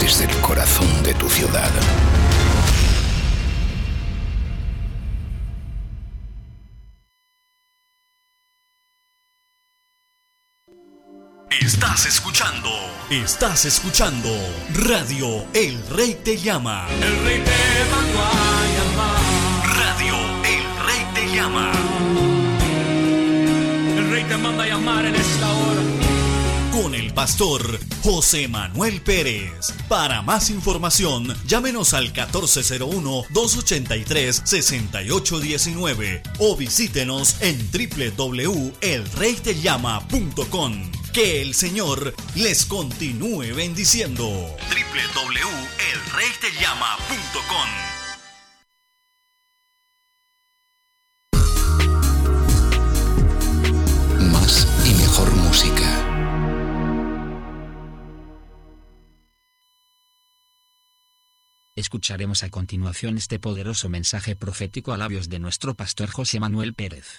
desde el corazón de tu ciudad. Estás escuchando Radio El Rey Te Llama. El Rey te mandó a llamar. Radio El Rey Te Llama. El Rey te manda a llamar en esta hora. Con el pastor José Manuel Pérez. Para más información, llámenos al 1401-283-6819 o visítenos en www.elreytellama.com. Que el Señor les continúe bendiciendo. www.elreytellama.com. Más y mejor música. Escucharemos a continuación este poderoso mensaje profético a labios de nuestro pastor José Manuel Pérez.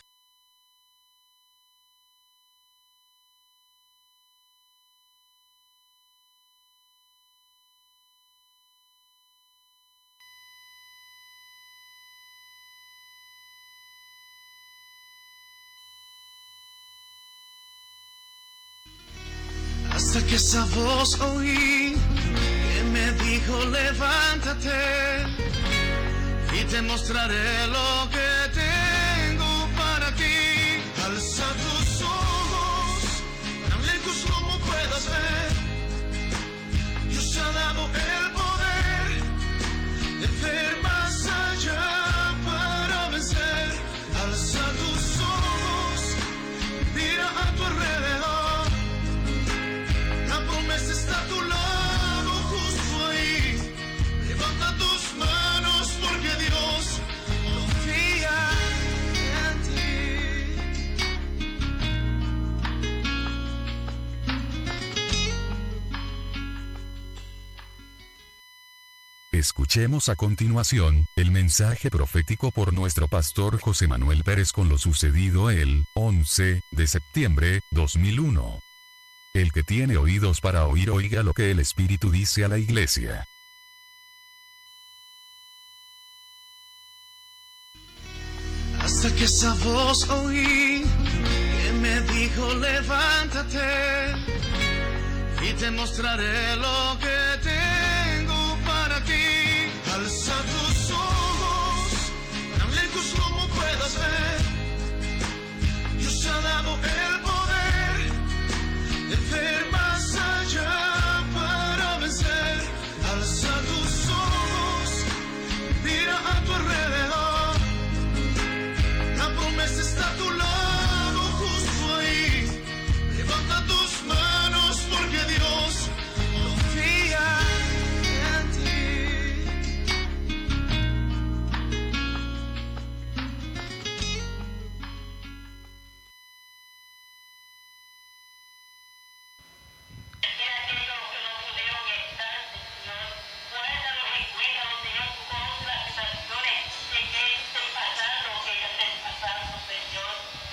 Hasta que esa voz oí que me dijo levántate y te mostraré lo que tengo para ti. Alza tus ojos, tan lejos como puedas ver. Dios ha dado el poder de ver más allá para vencer. Alza tus ojos, mira a tu alrededor. La promesa está a tu lado, justo ahí. Levanta tus manos porque Dios confía en ti. Escuchemos a continuación el mensaje profético por nuestro pastor José Manuel Pérez con lo sucedido el 11 de septiembre 2001. El que tiene oídos para oír, oiga lo que el Espíritu dice a la iglesia. Hasta que esa voz oí que me dijo levántate y te mostraré lo que tengo para ti. Alza tus ojos, tan lejos como puedas ver. Dios ha dado el poder de ver más allá para vencer. Alza tus ojos, mira a tu alrededor. La promesa está a tu lado, justo ahí. Levanta tus manos porque Dios confía en ti. Señor.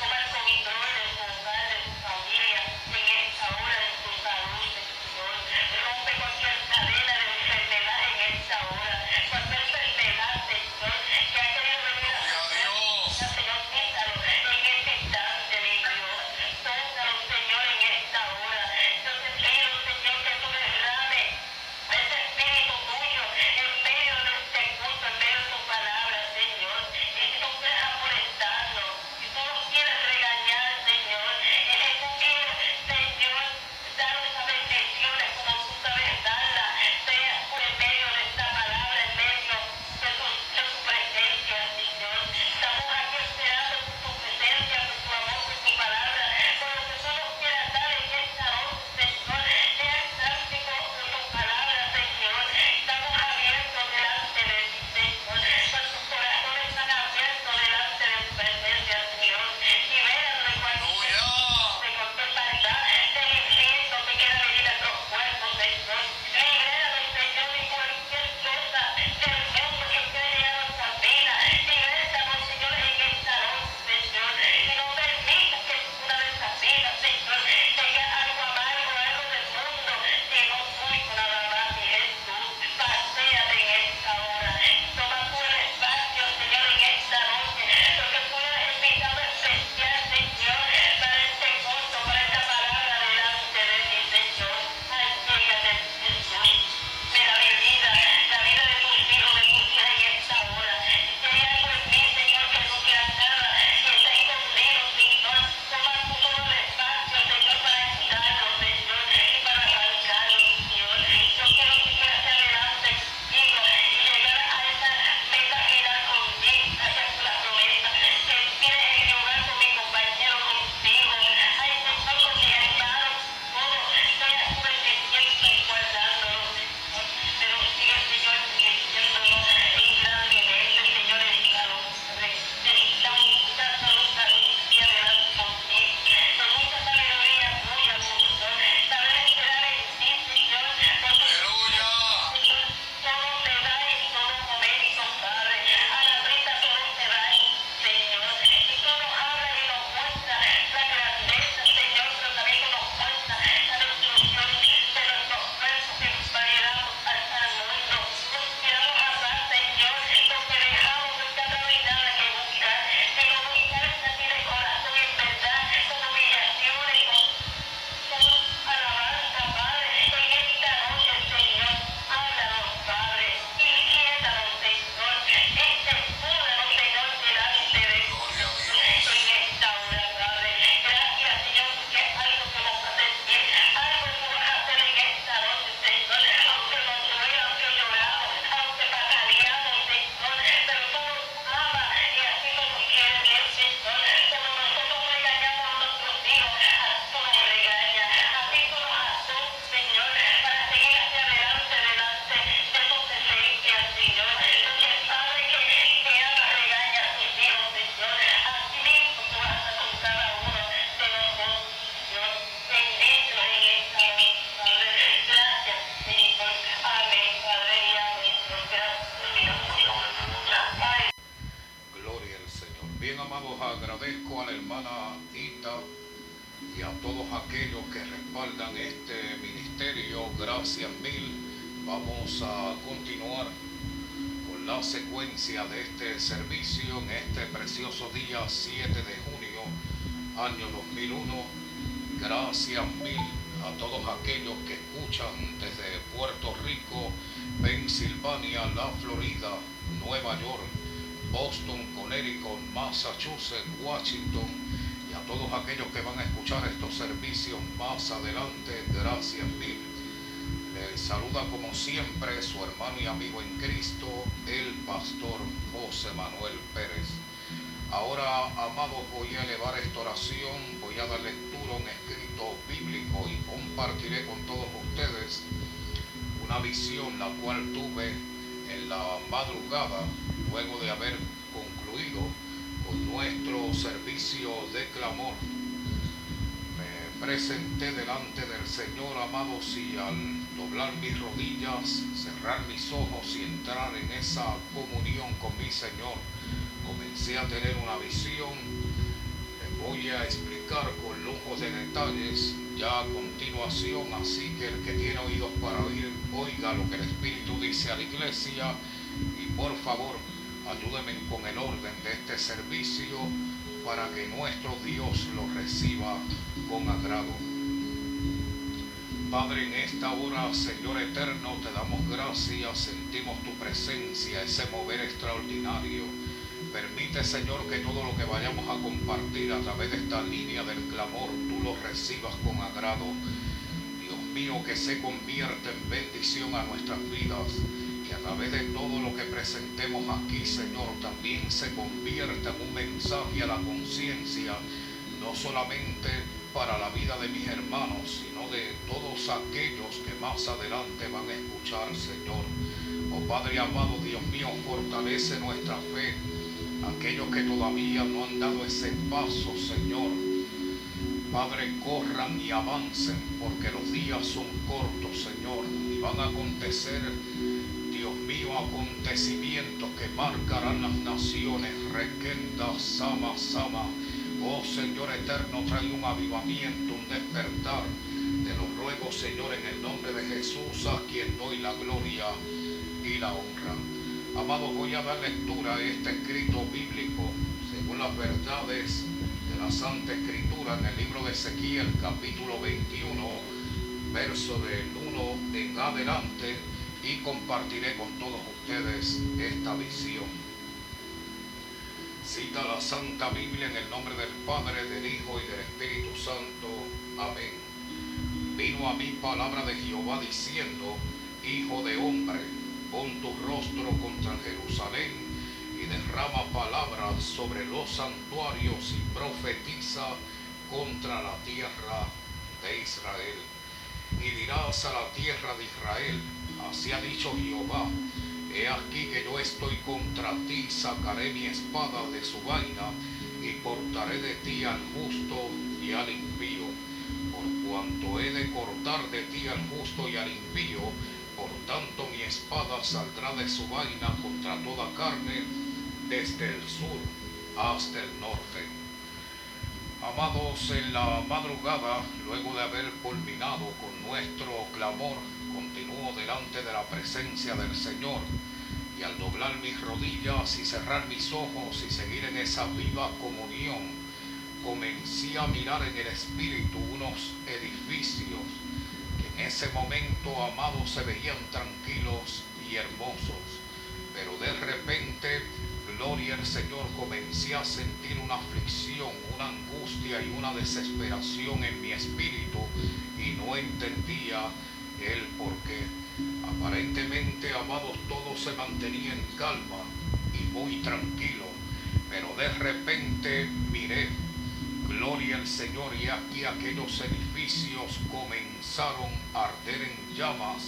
agradezco a la hermana Ita y a todos aquellos que respaldan este ministerio. Gracias mil. Vamos a continuar con la secuencia de este servicio en este precioso día 7 de junio, año 2001. Gracias mil a todos aquellos que escuchan desde Puerto Rico, Pensilvania, la Florida, Nueva York, Boston, Connecticut, Massachusetts, Washington, y a todos aquellos que van a escuchar estos servicios más adelante. Gracias mil. Les saluda como siempre su hermano y amigo en Cristo, el pastor José Manuel Pérez. Ahora, amados, voy a elevar esta oración, voy a dar lectura a un escrito bíblico y compartiré con todos ustedes una visión la cual tuve en la madrugada luego de haber concluido con nuestro servicio de clamor. Me presenté delante del Señor, amados, y al doblar mis rodillas, cerrar mis ojos y entrar en esa comunión con mi Señor, comencé a tener una visión. Les voy a explicar con lujo de detalles ya a continuación, así que el que tiene oídos para oír, oiga lo que el Espíritu dice a la iglesia, y por favor, ayúdenme con el orden de este servicio para que nuestro Dios lo reciba con agrado. Padre, en esta hora, Señor eterno, te damos gracias, sentimos tu presencia, ese mover extraordinario. Permite, Señor, que todo lo que vayamos a compartir a través de esta línea del clamor, tú lo recibas con agrado. Dios mío, que se convierta en bendición a nuestras vidas, y a través de todo lo que presentemos aquí, Señor, también se convierta en un mensaje a la conciencia, no solamente para la vida de mis hermanos, sino de todos aquellos que más adelante van a escuchar, Señor. Oh Padre amado, Dios mío, fortalece nuestra fe. Aquellos que todavía no han dado ese paso, Señor, Padre, corran y avancen, porque los días son cortos, Señor, y van a acontecer, Dios mío, acontecimientos que marcarán las naciones. Requenda, sama, sama. Oh Señor eterno, trae un avivamiento, un despertar. Te lo ruego, Señor, en el nombre de Jesús, a quien doy la gloria y la honra. Amados, voy a dar lectura a este escrito bíblico según las verdades de la Santa Escritura en el libro de Ezequiel, capítulo 21, verso del 1 en adelante, y compartiré con todos ustedes esta visión. Cita la Santa Biblia en el nombre del Padre, del Hijo y del Espíritu Santo. Amén. Vino a mí palabra de Jehová diciendo: Hijo de hombre, pon tu rostro contra Jerusalén y derrama palabras sobre los santuarios y profetiza contra la tierra de Israel. Y dirás a la tierra de Israel: así ha dicho Jehová, he aquí que yo estoy contra ti, sacaré mi espada de su vaina y cortaré de ti al justo y al impío. Por cuanto he de cortar de ti al justo y al impío, por tanto mi espada saldrá de su vaina contra toda carne, desde el sur hasta el norte. Amados, en la madrugada, luego de haber culminado con nuestro clamor, continúo delante de la presencia del Señor, y al doblar mis rodillas y cerrar mis ojos y seguir en esa viva comunión, comencé a mirar en el Espíritu unos edificios que en ese momento, amados, se veían tranquilos y hermosos, pero de repente, gloria al Señor, comencé a sentir una aflicción, una angustia y una desesperación en mi espíritu, y no entendía el por qué. Aparentemente, amados, todo se mantenía en calma y muy tranquilo, pero de repente miré, gloria al Señor, y aquí aquellos edificios comenzaron a arder en llamas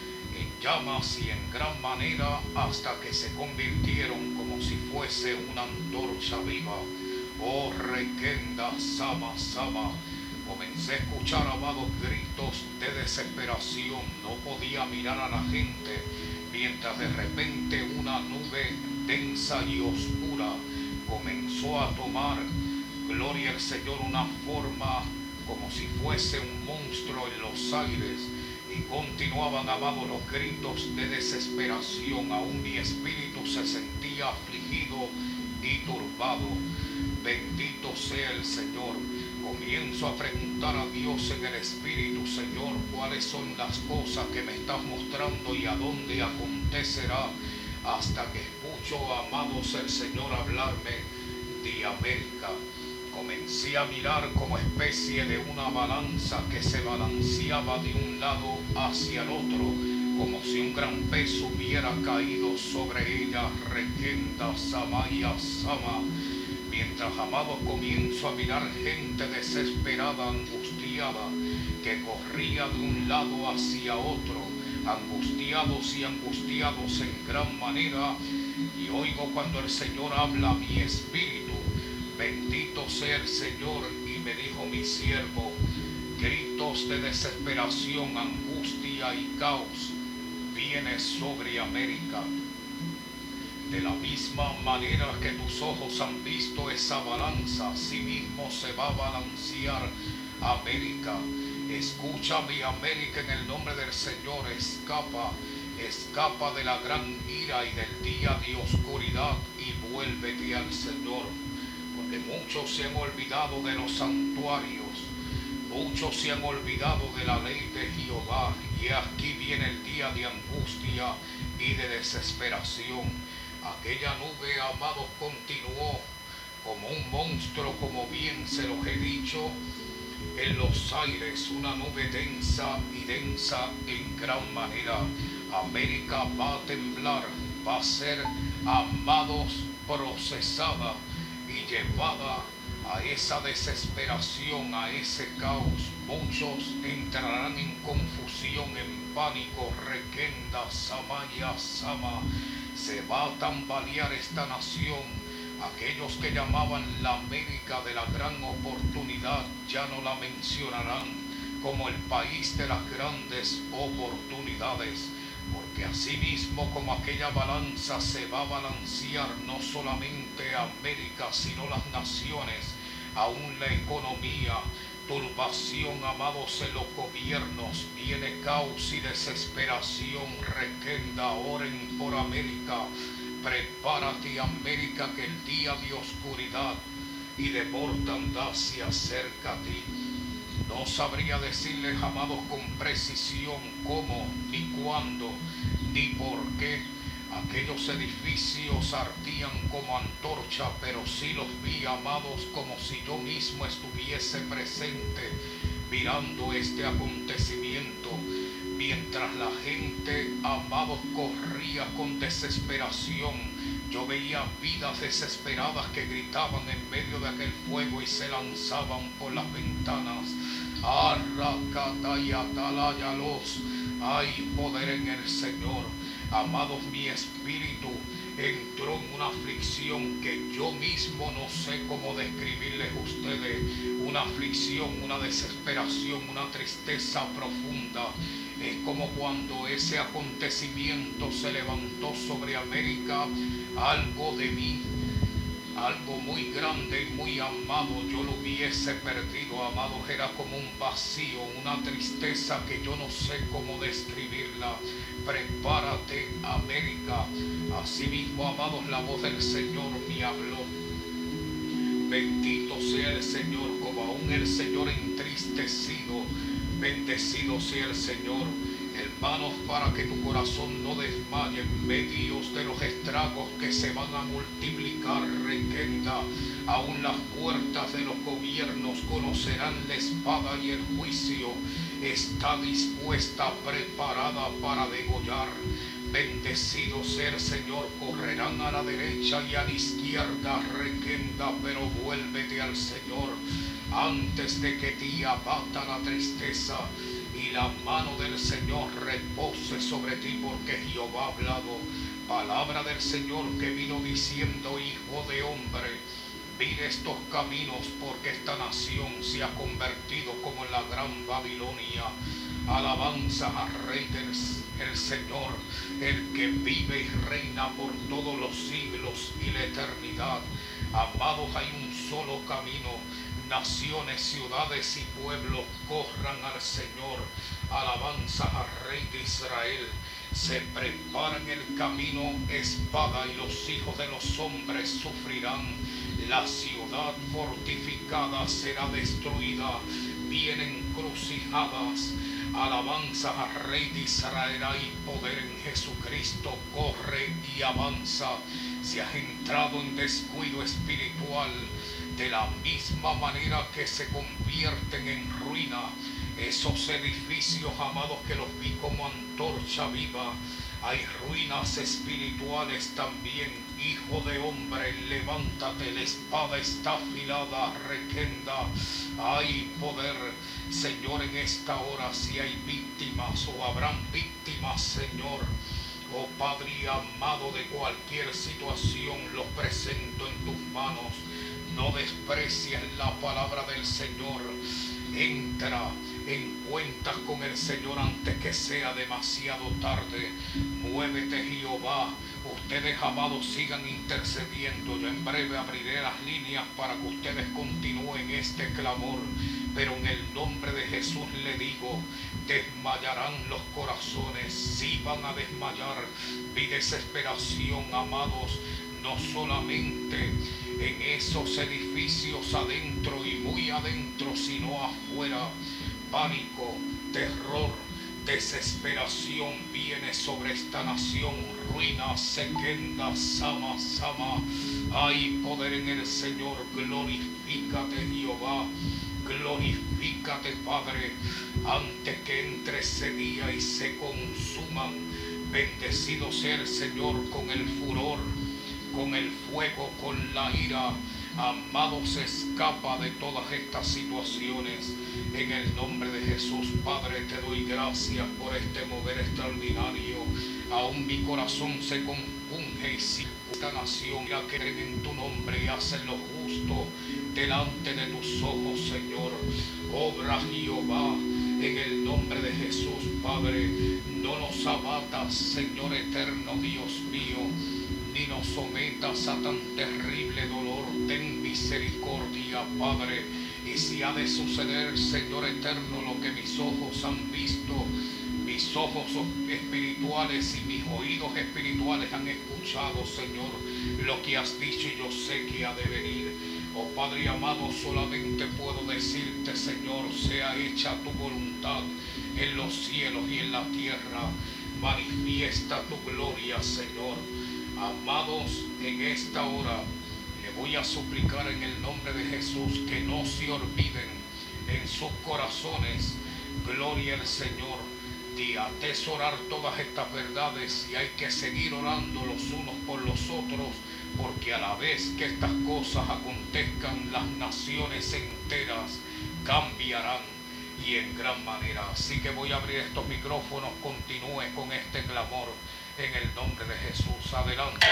y en gran manera, hasta que se convirtieron como si fuese una antorcha viva. Oh, requenda, sama, sama. Comencé a escuchar, amados, gritos de desesperación. No podía mirar a la gente, mientras de repente una nube densa y oscura comenzó a tomar gloria al Señor, una forma como si fuese un monstruo en los aires, y continuaban, amados, los gritos de desesperación. Aún mi espíritu se sentía afligido y turbado. Bendito sea el Señor. Comienzo a preguntar a Dios en el espíritu: Señor, ¿cuáles son las cosas que me estás mostrando y a dónde acontecerá? Hasta que escucho, amados, el Señor hablarme de América. Comencé a mirar como especie de una balanza que se balanceaba de un lado hacia el otro, como si un gran peso hubiera caído sobre ella. Requenda Samaya Sama. Mientras, amados, comienzo a mirar gente desesperada, angustiada, que corría de un lado hacia otro, angustiados y angustiados en gran manera, y oigo cuando el Señor habla a mi espíritu: bendito sea el Señor. Y me dijo mi siervo: gritos de desesperación, angustia y caos viene sobre América. De la misma manera que tus ojos han visto esa balanza, así mismo se va a balancear América. Escúchame, América, en el nombre del Señor. Escapa de la gran ira y del día de oscuridad y vuélvete al Señor. Porque muchos se han olvidado de los santuarios, muchos se han olvidado de la ley de Jehová, y aquí viene el día de angustia y de desesperación. Aquella nube, amados, continuó como un monstruo, como bien se los he dicho, en los aires, una nube densa y densa en gran manera. América va a temblar, va a ser, amados, procesada y llevada a esa desesperación, a ese caos. Muchos entrarán en confusión, en pánico. Requenda Samaya Sama. Se va a tambalear esta nación. Aquellos que llamaban la América de la gran oportunidad ya no la mencionarán como el país de las grandes oportunidades, porque así mismo como aquella balanza se va a balancear no solamente América, sino las naciones, aún la economía, turbación, amados, en los gobiernos, viene caos y desesperación. Requenda, oren por América. Prepárate, América, que el día de oscuridad y de mortandad se acerca a ti. No sabría decirles, amados, con precisión cómo, ni cuándo, ni por qué. Aquellos edificios ardían como antorcha, pero sí los vi, amados, como si yo mismo estuviese presente mirando este acontecimiento. Mientras la gente, amados, corría con desesperación, yo veía vidas desesperadas que gritaban en medio de aquel fuego y se lanzaban por las ventanas. Arracatayatalayalos. Hay poder en el Señor. Amados, mi espíritu entró en una aflicción que yo mismo no sé cómo describirles a ustedes. Una aflicción, una desesperación, una tristeza profunda. Es como cuando ese acontecimiento se levantó sobre América, algo de mí, algo muy grande y muy amado, yo lo hubiese perdido, amados. Era como un vacío, una tristeza que yo no sé cómo describirla. Prepárate, América. Asimismo, amados, la voz del Señor me habló. Bendito sea el Señor, como aún el Señor entristecido. Bendecido sea el Señor. Hermanos, para que tu corazón no desmaye en medio de los estragos que se van a multiplicar. Requenda, aún las puertas de los gobiernos conocerán la espada y el juicio. Está dispuesta, preparada para degollar. Bendecido sea el Señor. Correrán a la derecha y a la izquierda. Requenda, pero vuélvete al Señor antes de que te abata la tristeza y la mano del Señor repose sobre ti, porque Jehová ha hablado. Palabra del Señor que vino diciendo: hijo de hombre, mire estos caminos, porque esta nación se ha convertido como en la gran Babilonia. Alabanza al Rey del Señor, el que vive y reina por todos los siglos y la eternidad. Amados, hay un solo camino. Naciones, ciudades y pueblos corran al Señor. Alabanza al Rey de Israel. Se preparan el camino, espada, y los hijos de los hombres sufrirán. La ciudad fortificada será destruida. Vienen crucijadas. Alabanza al Rey de Israel. Hay poder en Jesucristo. Corre y avanza. Si has entrado en descuido espiritual, de la misma manera que se convierten en ruina esos edificios, amados, que los vi como antorcha viva, hay ruinas espirituales también. Hijo de hombre, levántate, la espada está afilada, requenda. Hay poder, Señor, en esta hora. Si hay víctimas o habrán víctimas, Señor, oh Padre amado, de cualquier situación, los presento en tus manos. No desprecies la palabra del Señor. Entra en cuentas con el Señor antes que sea demasiado tarde. Muévete, Jehová. Ustedes, amados, sigan intercediendo. Yo en breve abriré las líneas para que ustedes continúen este clamor. Pero en el nombre de Jesús le digo, desmayarán los corazones. Sí van a desmayar. Mi desesperación, amados, no solamente en esos edificios adentro y muy adentro, sino afuera. Pánico, terror, desesperación viene sobre esta nación. Ruina, sequenda, sama. Hay poder en el Señor. Glorifícate, Jehová. Glorifícate, Padre, antes que entre ese día y se consuman. Bendecido sea el Señor con el furor, con el fuego, con la ira. Amado, se escapa de todas estas situaciones. En el nombre de Jesús, Padre, te doy gracias por este mover extraordinario. Aún mi corazón se compunge y si esta nación ya creen en tu nombre y hacen lo justo delante de tus ojos, Señor. Obra, Jehová, en el nombre de Jesús, Padre. No nos abatas, Señor eterno, Dios mío, ni nos sometas a tan terrible dolor. Ten misericordia, Padre. Y si ha de suceder, Señor eterno, lo que mis ojos han visto, mis ojos espirituales y mis oídos espirituales han escuchado, Señor, lo que has dicho, y yo sé que ha de venir. Oh Padre amado, solamente puedo decirte, Señor, sea hecha tu voluntad en los cielos y en la tierra. Manifiesta tu gloria, Señor. Amados, en esta hora le voy a suplicar en el nombre de Jesús que no se olviden en sus corazones, gloria al Señor, de atesorar todas estas verdades. Y hay que seguir orando los unos por los otros, porque a la vez que estas cosas acontezcan, las naciones enteras cambiarán y en gran manera. Así que voy a abrir estos micrófonos. Continúe con este clamor en el nombre de Jesús. Adelante.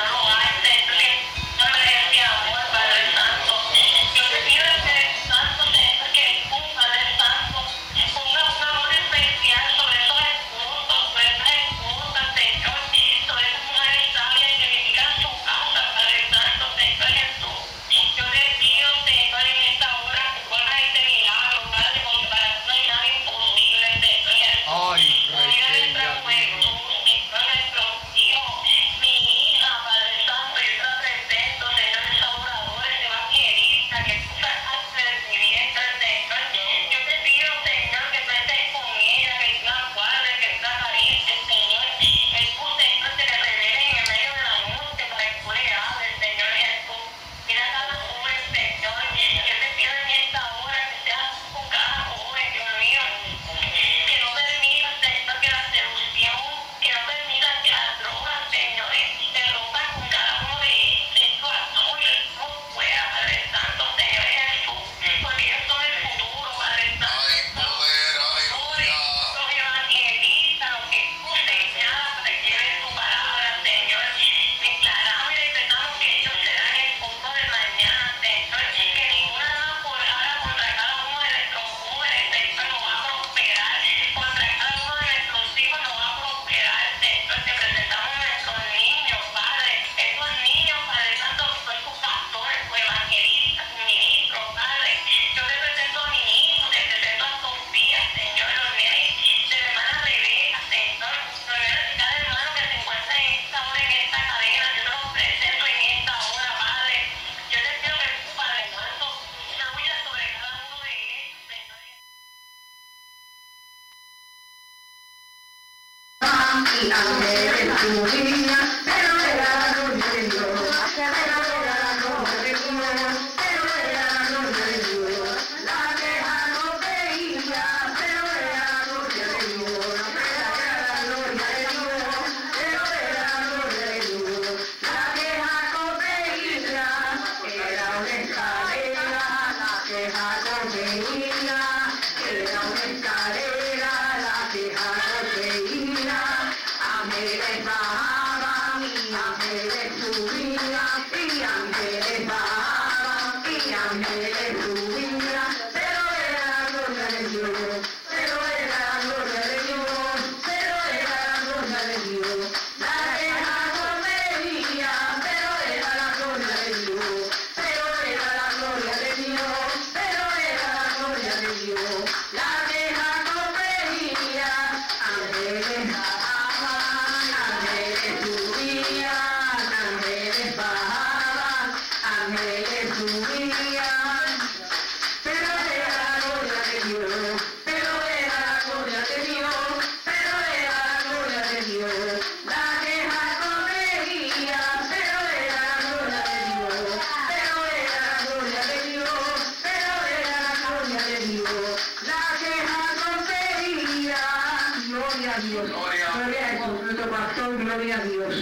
y ángeles subían, pero era la gloria de Dios, pero era la gloria de Dios, pero era la gloria de Dios, la queja no veía, pero era la gloria de Dios, era la gloria de Dios, pero era la gloria de Dios, la queja no veía, era una escalera, la queja no veía, era una escalera, la queja no veía, ángeles bajaban y ángeles subían, y ángeles bajaban y ángeles subían, pero era la gloria de Dios, pero era la gloria de Dios, pero era la gloria de Dios, la queja no veía, pero era la gloria de Dios, pero era la gloria de Dios, pero era la gloria de Dios, la queja no veía, ángeles bajaban, ángeles subían, ángeles bajaban, ángeles subían, pero era la gloria de Dios, pero era la gloria de Dios, pero era la gloria de Dios, la queja no veía, pero era la gloria de Dios, pero era la gloria de Dios, pero era la gloria de Dios, la queja no veía, gloria a Dios, gloria a Jesús, nuestro pastor, gloria a Dios.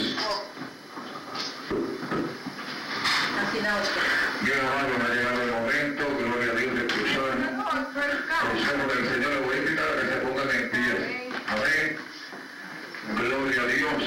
Así nada. Bien, hermano, ha llegado el momento, gloria a Dios, de escuchar consejos del Señor. Le voy a invitar a que se pongan en pie. Amén. Gloria a Dios.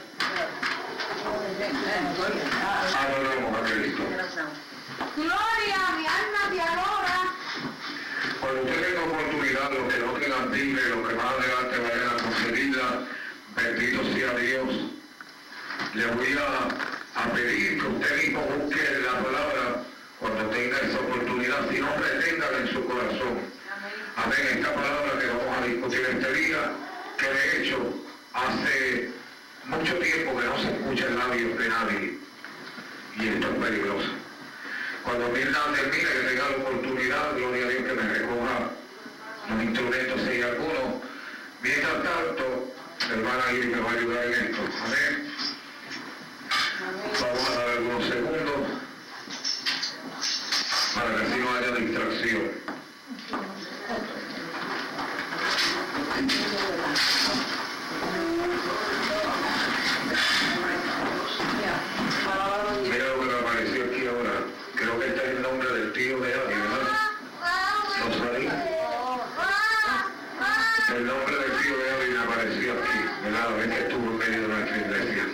Adoramos a Cristo. Gloria, mi alma te adora. Cuando usted tenga oportunidad, los que no tengan Biblia, los que más adelante vayan a conseguirla, bendito sea Dios. Le voy a pedir que usted mismo busque la palabra cuando tenga esa oportunidad, si no, reténgala en su corazón. Amén. Esta palabra que vamos a discutir este día, que de hecho hace mucho tiempo que no se escucha en labios de nadie, y esto es peligroso. Cuando Mirna termine, que tenga la oportunidad, gloria a Dios, que me recoja los instrumentos si hay alguno. Mientras tanto, la hermana Iris me va a ayudar en esto. Amén. Vamos a dar algunos segundos para que así no haya distracción. Mira lo que me apareció aquí ahora. Creo que este es el nombre del tío de Ari, ¿verdad? Rosalí. El nombre del tío de Ari me apareció aquí, ¿verdad? A ver que estuvo en medio de nuestra iglesia.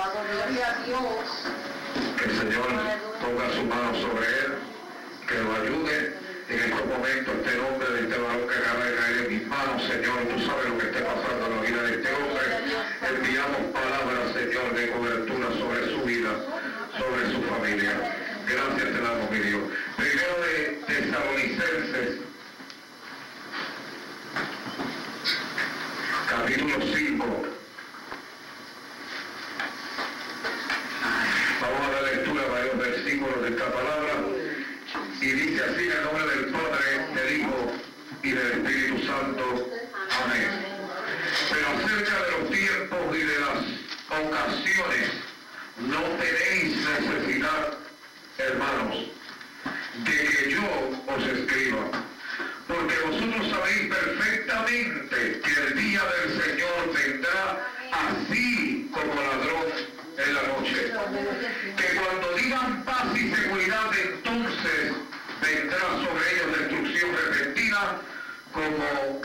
Que el Señor ponga su mano sobre él, que lo ayude en estos momentos. Este nombre de este varón que acaba de caer en mis manos, Señor, tú sabes lo que esté pasando en la vida de este hombre. Enviamos palabras, Señor, de cobertura sobre su vida, sobre su familia. Gracias te damos, mi Dios. Primero de Tesalonicenses, capítulo 5. Vamos a dar lectura a varios versículos de esta palabra. Y dice así, en el nombre del Padre, del Hijo y del Espíritu Santo. Amén. Pero acerca de los tiempos y de las ocasiones, no tenéis necesidad, hermanos, de que yo os escriba, porque vosotros sabéis perfectamente que el día del Señor vendrá así como ladrón en la noche. Que cuando digan paz y seguridad, entonces vendrá sobre ellos destrucción repentina, como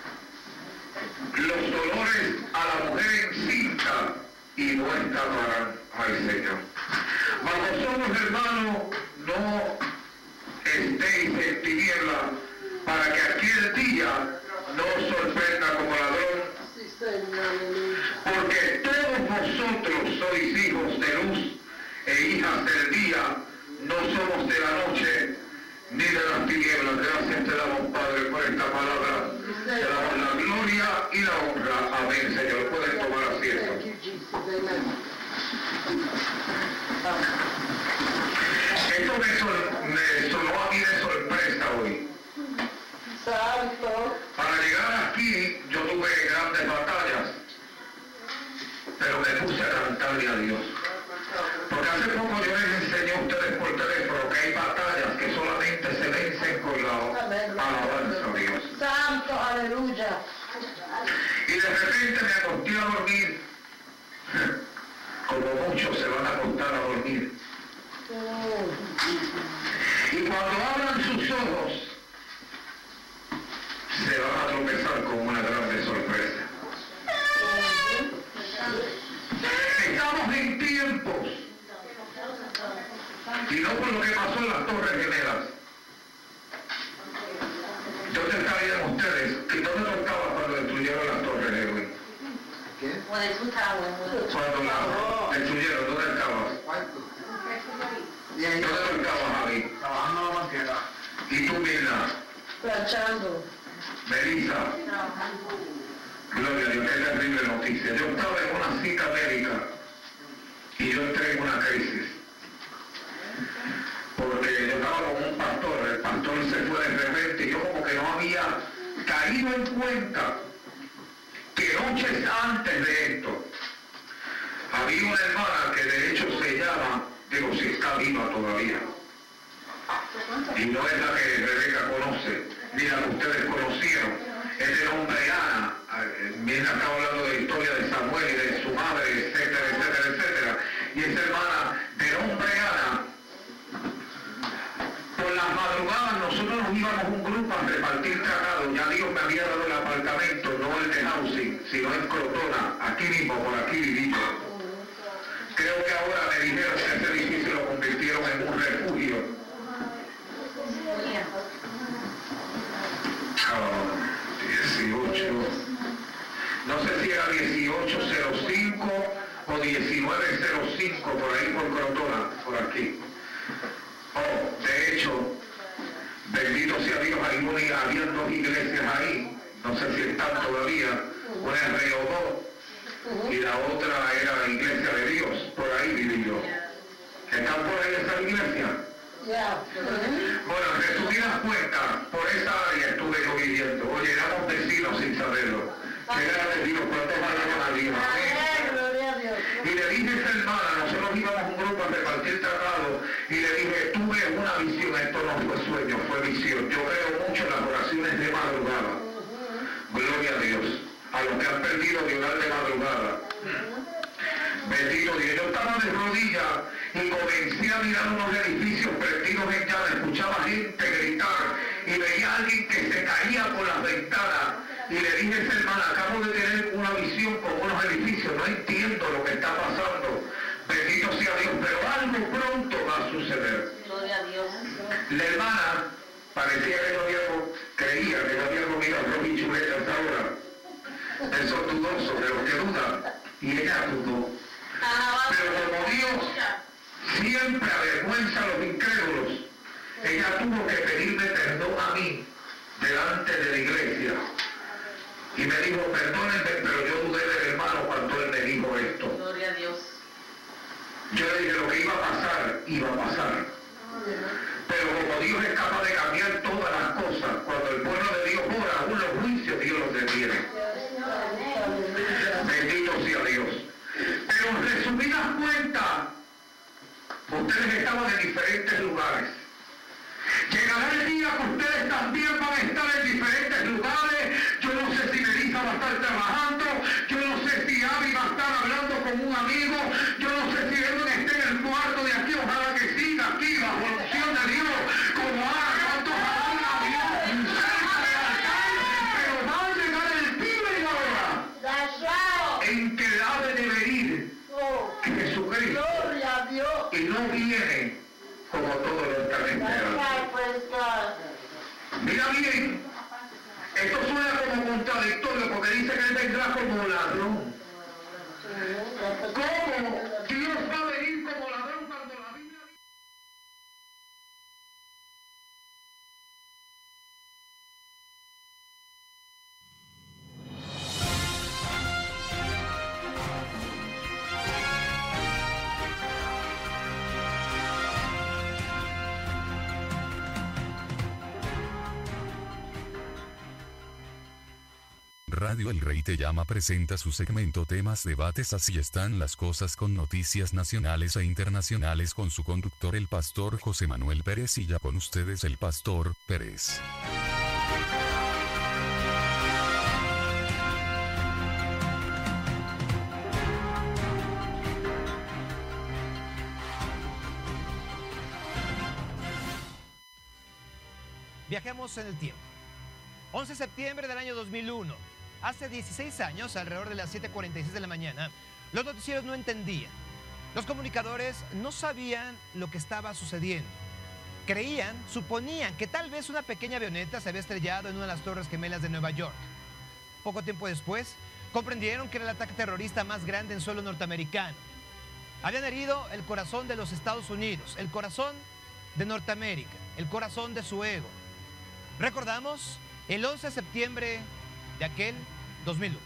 los dolores a la mujer encinta, y no escaparán al Señor. Mas vosotros, hermanos, no estéis en tiniebla, para que aquel día no os sorprenda como ladrón, porque todos vosotros sois hijos de luz e hijas del día, no somos de la noche ni de las tinieblas. Gracias te damos, Padre, por esta palabra. Te damos la gloria y la honra. Amén, Señor. Pueden tomar asiento. Esto me sonó a mí de sorpresa hoy. Para llegar aquí yo tuve grandes batallas. puse a cantarle a Dios. Porque hace poco yo les enseñé a ustedes por teléfono que hay batallas que solamente se vencen con la alabanza a Dios. Santo, aleluya. Y de repente me acosté a dormir, como muchos se van a acostar a dormir. Y cuando abran sus ojos, se van a tropezar con una grande sorpresa. Estamos en tiempos, y no por lo que pasó en las Torres Gemelas. ¿Dónde estarían ustedes? ¿Y dónde no estaba cuando destruyeron las Torres Gemelas? Cuando la destruyeron, ¿dónde estabas? ¿Dónde no estabas, Javi? Trabajando la banqueta. ¿Y tú, Mirna? Planchando. Melissa. Gloria a Dios, qué terrible noticia. Yo estaba en una cita médica y yo entré en una crisis. Porque yo estaba con un pastor, el pastor se fue de repente y yo como que no había caído en cuenta que noches antes de esto había una hermana que de hecho se llama, digo, si está viva todavía, y no es la que Rebeca conoce, ni la que ustedes conocieron, es de nombre Ana. Mirna estaba hablando de la historia de Samuel y de su madre, etcétera, etcétera, etcétera, y esa hermana de nombre Ana, por las madrugadas nosotros nos íbamos un grupo a repartir tracados. Ya Dios me había dado el apartamento, no el de housing, sino en Crotona, aquí mismo, por aquí vivito. Creo que ahora me dijeron que ese edificio lo convirtieron en un refugio. 18, no sé si era 1805 o 1905, por ahí por Crotona, por aquí. Oh, de hecho, bendito sea Dios, había dos iglesias ahí, no sé si están todavía, una es Rehoboth y la otra era la iglesia de Dios, por ahí viví yo. ¿Están por ahí esas iglesias? Bueno, en resumidas cuentas, por esa área estuve yo viviendo. Oye, éramos vecinos sin saberlo. Que gracias a Dios, cuántos años a Dios. Y le dije a esa hermana, nosotros íbamos a un grupo a repartir tratado, y le dije, tuve una visión, esto no fue sueño, fue visión. Yo creo mucho en las oraciones de madrugada. Gloria a Dios. A los que han perdido de orar de madrugada. Bendito Dios. Yo estaba de rodillas y comencé a mirar unos edificios prendidos en llamas, escuchaba gente gritar y veía a alguien que se caía por las ventanas. Y le dije a esa hermana, acabo de tener una visión con unos edificios, no entiendo lo que está pasando. Bendito sea Dios, pero algo pronto va a suceder. Gloria a Dios. La hermana parecía que creía que no había comido arroz y chuleta hasta ahora. Esos dudosos, de los que dudan. Y ella dudó. Pero como Dios siempre avergüenza a los incrédulos, ella tuvo que pedirme perdón a mí delante de la iglesia. Y me dijo, perdónenme, pero yo dudé del hermano cuando él me dijo esto. Gloria a Dios. Yo le dije, lo que iba a pasar, iba a pasar. Pero como Dios es capaz de cambiar todas las cosas, cuando el pueblo de Dios ora, aún los juicios Dios los detiene. Bendito sea Dios. Pero en resumidas cuentas, ustedes estaban en diferentes lugares. Llegará el día que ustedes también van a estar en diferentes lugares. Yo no sé si Melissa va a estar trabajando, yo no sé si Abby va a estar hablando con un amigo, yo no sé si Edwin esté en el cuarto de aquí, ojalá que siga aquí bajo la unción de Dios, como ahora, cuántos alaban a Dios, cerca del altar, pero va a llegar el día y la hora en que ha de venir Jesucristo, y no viene como todos lo están esperando. Mira bien, esto suena como contradictorio porque dice que él vendrá como ladrón. ¿Cómo Dios va a venir como ladrón cuando la Biblia dice? Radio El Rey Te Llama presenta su segmento Temas Debates. Así están las cosas, con noticias nacionales e internacionales, con su conductor el pastor José Manuel Pérez, y ya con ustedes el pastor Pérez. Viajemos en el tiempo. 11 de septiembre del año 2001. Hace 16 años, alrededor de las 7:46 de la mañana, los noticieros no entendían. Los comunicadores no sabían lo que estaba sucediendo. Creían, suponían que tal vez una pequeña avioneta se había estrellado en una de las Torres Gemelas de Nueva York. Poco tiempo después, comprendieron que era el ataque terrorista más grande en suelo norteamericano. Habían herido el corazón de los Estados Unidos, el corazón de Norteamérica, el corazón de su ego. Recordamos el 11 de septiembre de aquel 2001.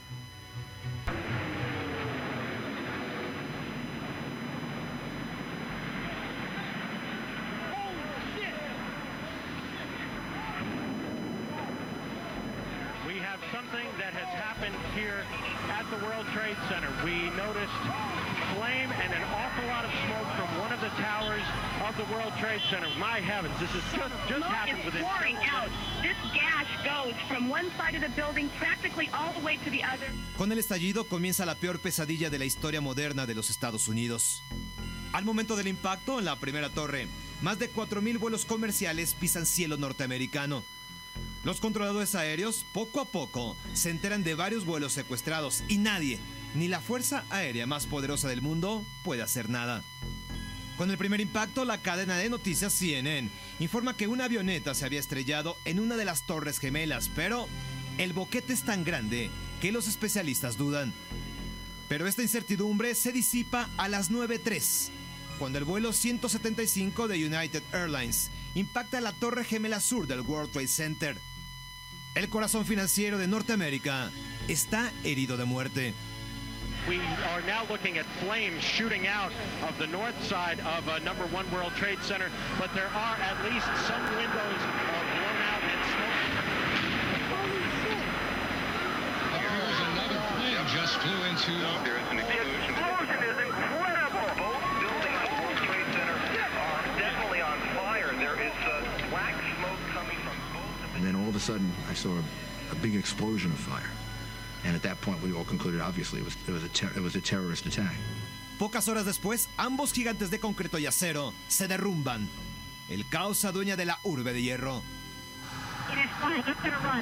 We have something that has happened here at the World Trade Center. We noticed flame and an awful lot of smoke from one of the towers of the World Trade Center. My heavens, this is just happened within pouring out. This gas goes from one side of the building practically all the way to the other. Con el estallido comienza la peor pesadilla de la historia moderna de los Estados Unidos. Al momento del impacto en la primera torre, más de 4,000 vuelos comerciales pisan cielo norteamericano. Los controladores aéreos, poco a poco, se enteran de varios vuelos secuestrados y nadie, ni la fuerza aérea más poderosa del mundo, puede hacer nada. Con el primer impacto, la cadena de noticias CNN informa que una avioneta se había estrellado en una de las Torres Gemelas, pero el boquete es tan grande que los especialistas dudan. Pero esta incertidumbre se disipa a las 9:03, cuando el vuelo 175 de United Airlines impacta la Torre Gemela Sur del World Trade Center. El corazón financiero de Norteamérica está herido de muerte. We are now looking at flames shooting out of the north side of number 1 World Trade Center, but there are at least some windows blown out and smoke. Holy shit! There was another plane just flew into... There is an explosion. The explosion is incredible! Both buildings of World Trade Center are definitely on fire. There is black smoke coming from both of them. And then all of a sudden, I saw a big explosion of fire. And at that point, we all concluded, obviously, it was a terrorist attack. Pocas horas después, ambos gigantes de concreto y acero se derrumban. El caos adueña de la urbe de hierro. It is fine. It's gonna run.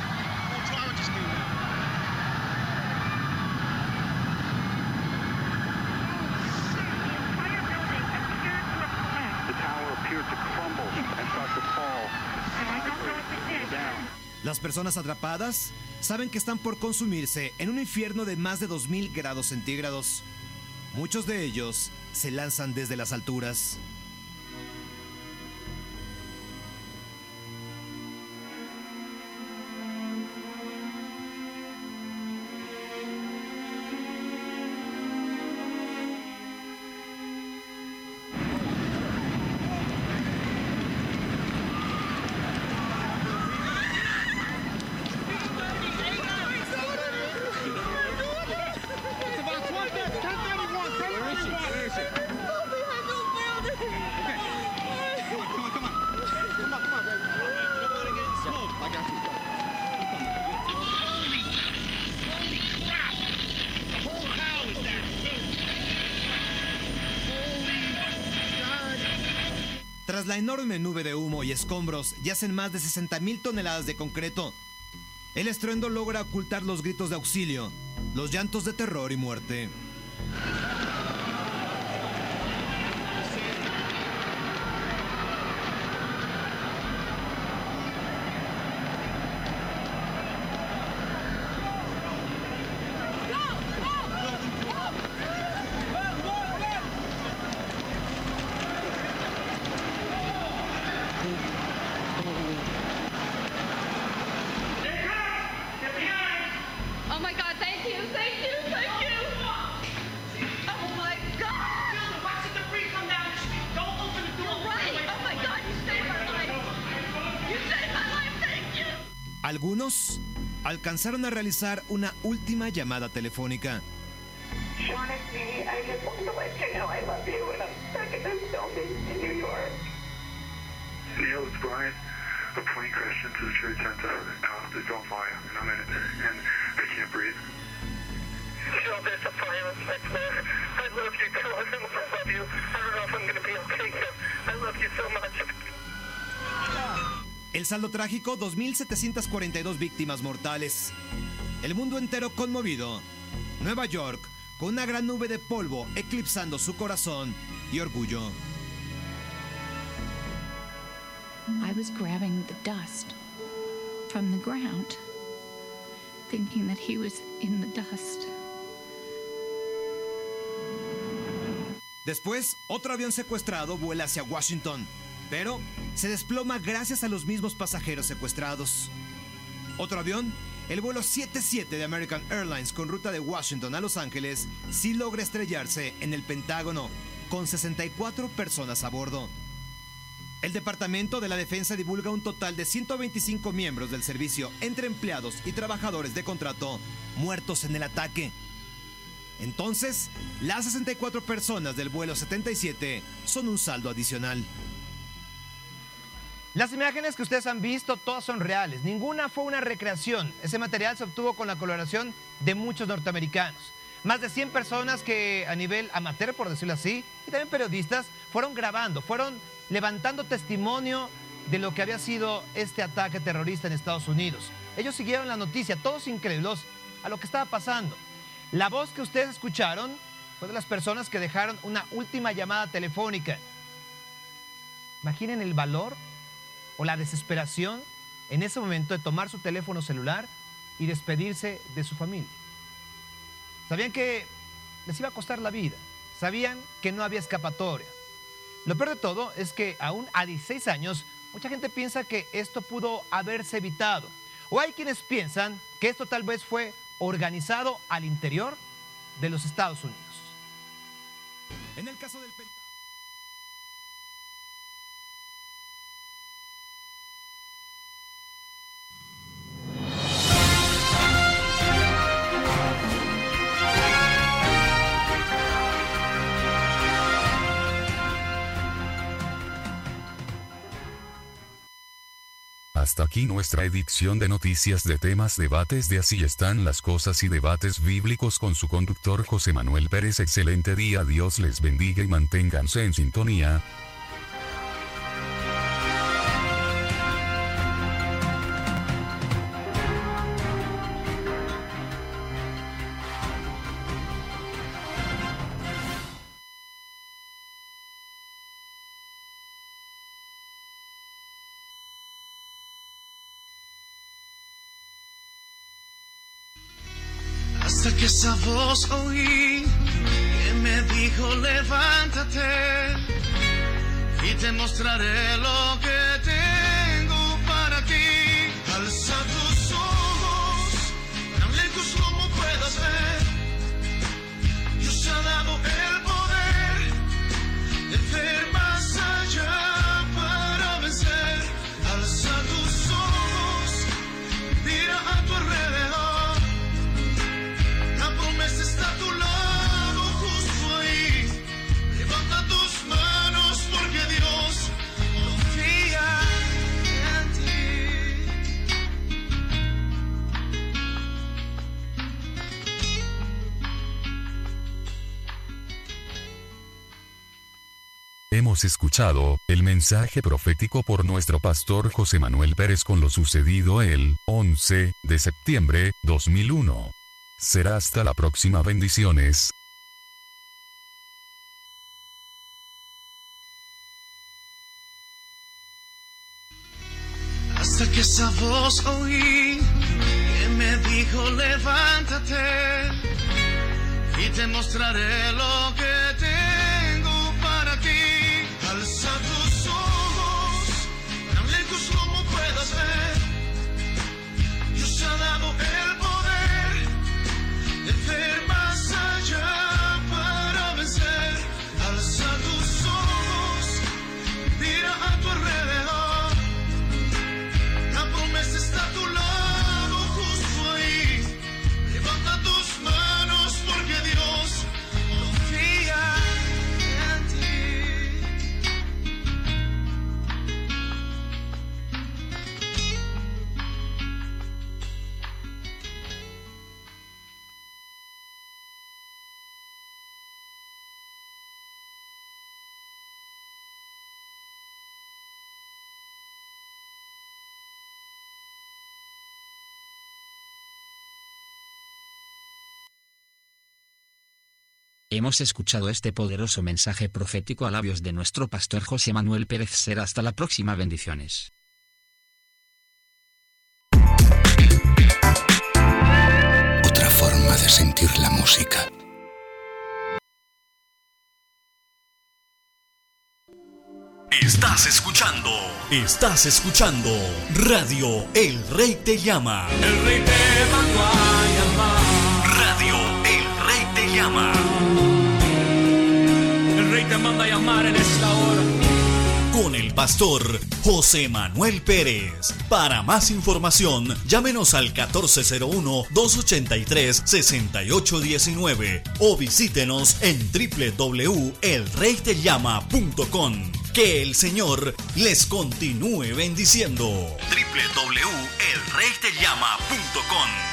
The tower appeared to crumble and start to fall. Las personas atrapadas saben que están por consumirse en un infierno de más de 2,000 grados centígrados. Muchos de ellos se lanzan desde las alturas. Tras la enorme nube de humo y escombros, yacen más de 60,000 toneladas de concreto. El estruendo logra ocultar los gritos de auxilio, los llantos de terror y muerte. Oh my God, thank you, thank you, thank you. Algunos alcanzaron a realizar una última llamada telefónica. Sean, it's me. I just wanted to let you know I love you and I'm stuck in this building in New York. Neil, it's Brian. A plane crashed into the Trade Center. It's on fire, and I'm in it, and I can't breathe. Joe, there's a fire on my floor. I love you, too. I love you. I don't know if I'm going to be okay here. I love you so much. El saldo trágico, 2.742 víctimas mortales. El mundo entero conmovido. Nueva York, con una gran nube de polvo eclipsando su corazón y orgullo. I was grabbing the dust from the ground, thinking that he was in the dust. Después, otro avión secuestrado vuela hacia Washington, pero se desploma gracias a los mismos pasajeros secuestrados. Otro avión, el vuelo 77 de American Airlines con ruta de Washington a Los Ángeles, sí logra estrellarse en el Pentágono, con 64 personas a bordo. El Departamento de la Defensa divulga un total de 125 miembros del servicio entre empleados y trabajadores de contrato muertos en el ataque. Entonces, las 64 personas del vuelo 77 son un saldo adicional. Las imágenes que ustedes han visto, todas son reales. Ninguna fue una recreación. Ese material se obtuvo con la colaboración de muchos norteamericanos. Más de 100 personas que a nivel amateur, por decirlo así, y también periodistas, fueron grabando, fueron levantando testimonio de lo que había sido este ataque terrorista en Estados Unidos. Ellos siguieron la noticia, todos incrédulos a lo que estaba pasando. La voz que ustedes escucharon fue de las personas que dejaron una última llamada telefónica. Imaginen el valor o la desesperación en ese momento de tomar su teléfono celular y despedirse de su familia. Sabían que les iba a costar la vida, sabían que no había escapatoria. Lo peor de todo es que aún a 16 años, mucha gente piensa que esto pudo haberse evitado. O hay quienes piensan que esto tal vez fue organizado al interior de los Estados Unidos. En el caso del Pentágono. Hasta aquí nuestra edición de noticias de temas debates de Así están las cosas y debates bíblicos con su conductor José Manuel Pérez. Excelente día, Dios les bendiga y manténganse en sintonía. Hasta que esa voz oí que me dijo levántate y te mostraré lo que tengo para ti. Alza tus ojos, tan lejos como puedas ver. Dios ha dado el poder de ver más allá para vencer. Alza tus ojos, mira a tu alrededor. Está a tu lado, justo ahí. Levanta tus manos porque Dios confía en ti. Hemos escuchado el mensaje profético por nuestro pastor José Manuel Pérez con lo sucedido el 11 de septiembre 2001. Será hasta la próxima. Bendiciones. Hasta que esa voz oí que me dijo levántate y te mostraré lo que tengo para ti. Alza tus ojos, tan lejos como puedas ver. Dios ha dado el poder de ver más allá para vencer. Alza tus ojos, mira a tu alrededor. La promesa está a tu lado. Hemos escuchado este poderoso mensaje profético a labios de nuestro pastor José Manuel Pérez. Será hasta la próxima. Bendiciones. Otra forma de sentir la música. Estás escuchando Radio El Rey Te Llama. El Rey te mandó a llamar. Radio El Rey Te Llama. El Rey te manda a llamar en esta hora. Con el pastor José Manuel Pérez. Para más información, llámenos al 1401-283-6819 o visítenos en www.elreytellama.com. Que el Señor les continúe bendiciendo. www.elreytellama.com